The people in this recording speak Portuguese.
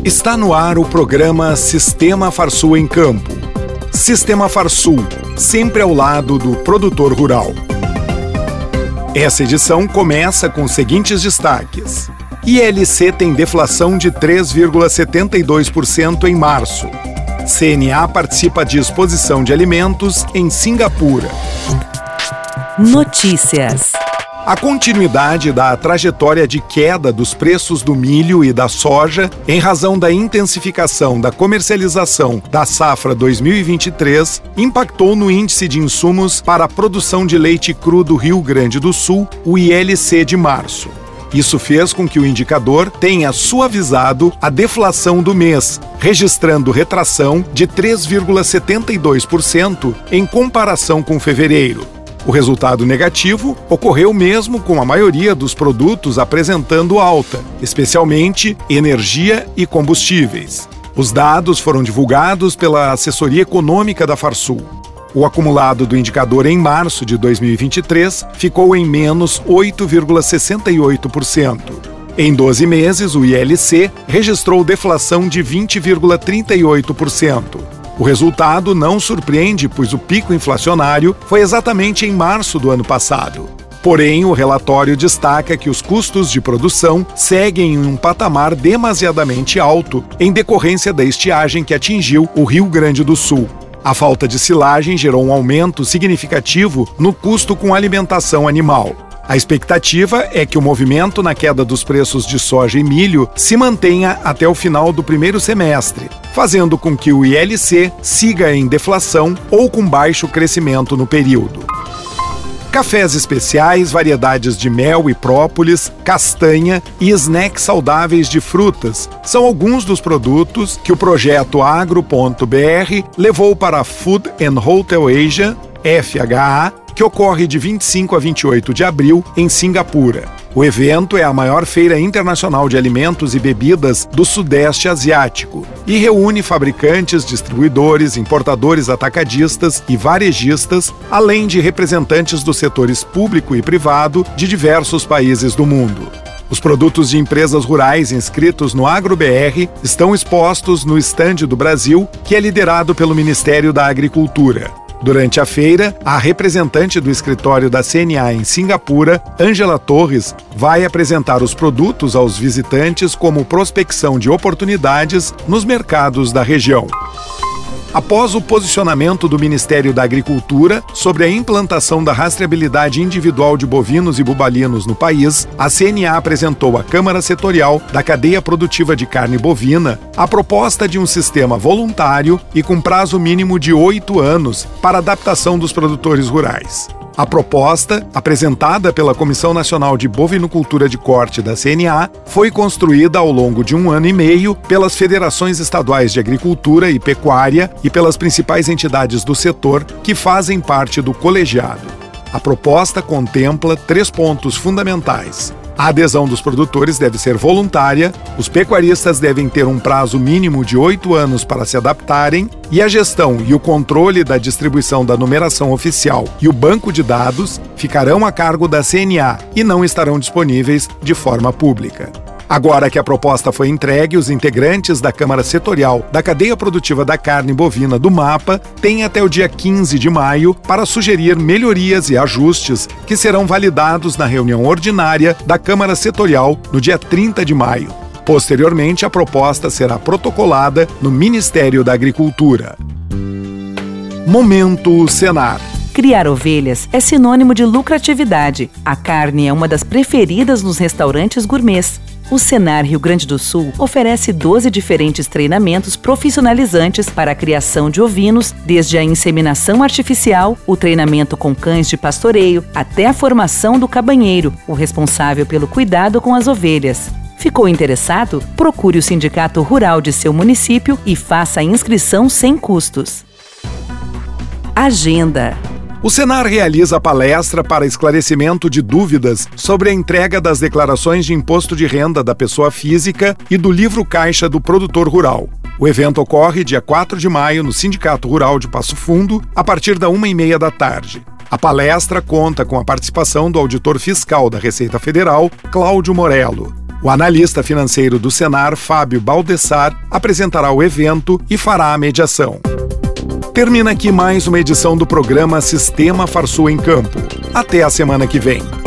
Está no ar o programa Sistema Farsul em Campo. Sistema Farsul, sempre ao lado do produtor rural. Essa edição começa com os seguintes destaques. ILC tem deflação de 3,72% em março. CNA participa de exposição de alimentos em Singapura. Notícias. A continuidade da trajetória de queda dos preços do milho e da soja em razão da intensificação da comercialização da safra 2023 impactou no índice de insumos para a produção de leite cru do Rio Grande do Sul, o ILC de março. Isso fez com que o indicador tenha suavizado a deflação do mês, registrando retração de 3,72% em comparação com fevereiro. O resultado negativo ocorreu mesmo com a maioria dos produtos apresentando alta, especialmente energia e combustíveis. Os dados foram divulgados pela Assessoria Econômica da Farsul. O acumulado do indicador em março de 2023 ficou em menos 8,68%. Em 12 meses, o ILC registrou deflação de 20,38%. O resultado não surpreende, pois o pico inflacionário foi exatamente em março do ano passado. Porém, o relatório destaca que os custos de produção seguem em um patamar demasiadamente alto em decorrência da estiagem que atingiu o Rio Grande do Sul. A falta de silagem gerou um aumento significativo no custo com alimentação animal. A expectativa é que o movimento na queda dos preços de soja e milho se mantenha até o final do primeiro semestre, fazendo com que o ILC siga em deflação ou com baixo crescimento no período. Cafés especiais, variedades de mel e própolis, castanha e snacks saudáveis de frutas são alguns dos produtos que o projeto Agro.br levou para a Food and Hotel Asia, FHA, que ocorre de 25 a 28 de abril em Singapura. O evento é a maior feira internacional de alimentos e bebidas do Sudeste Asiático e reúne fabricantes, distribuidores, importadores atacadistas e varejistas, além de representantes dos setores público e privado de diversos países do mundo. Os produtos de empresas rurais inscritos no AgroBR estão expostos no estande do Brasil, que é liderado pelo Ministério da Agricultura. Durante a feira, a representante do escritório da CNA em Singapura, Ângela Torres, vai apresentar os produtos aos visitantes como prospecção de oportunidades nos mercados da região. Após o posicionamento do Ministério da Agricultura sobre a implantação da rastreabilidade individual de bovinos e bubalinos no país, a CNA apresentou à Câmara Setorial da Cadeia Produtiva de Carne Bovina a proposta de um sistema voluntário e com prazo mínimo de 8 anos para adaptação dos produtores rurais. A proposta, apresentada pela Comissão Nacional de Bovinocultura de Corte da CNA, foi construída ao longo de 1 ano e meio pelas federações estaduais de agricultura e pecuária e pelas principais entidades do setor que fazem parte do colegiado. A proposta contempla 3 pontos fundamentais. A adesão dos produtores deve ser voluntária, os pecuaristas devem ter um prazo mínimo de 8 anos para se adaptarem e a gestão e o controle da distribuição da numeração oficial e o banco de dados ficarão a cargo da CNA e não estarão disponíveis de forma pública. Agora que a proposta foi entregue, os integrantes da Câmara Setorial da Cadeia Produtiva da Carne Bovina do MAPA têm até o dia 15 de maio para sugerir melhorias e ajustes que serão validados na reunião ordinária da Câmara Setorial no dia 30 de maio. Posteriormente, a proposta será protocolada no Ministério da Agricultura. Momento Senar. Criar ovelhas é sinônimo de lucratividade. A carne é uma das preferidas nos restaurantes gourmets. O Senar Rio Grande do Sul oferece 12 diferentes treinamentos profissionalizantes para a criação de ovinos, desde a inseminação artificial, o treinamento com cães de pastoreio, até a formação do cabanheiro, o responsável pelo cuidado com as ovelhas. Ficou interessado? Procure o Sindicato Rural de seu município e faça a inscrição sem custos. Agenda. O Senar realiza palestra para esclarecimento de dúvidas sobre a entrega das declarações de imposto de renda da pessoa física e do livro caixa do produtor rural. O evento ocorre dia 4 de maio no Sindicato Rural de Passo Fundo, a partir da 1h30 da tarde. A palestra conta com a participação do auditor fiscal da Receita Federal, Cláudio Morello. O analista financeiro do Senar, Fábio Baldessar, apresentará o evento e fará a mediação. Termina aqui mais uma edição do programa Sistema Farsul em Campo. Até a semana que vem.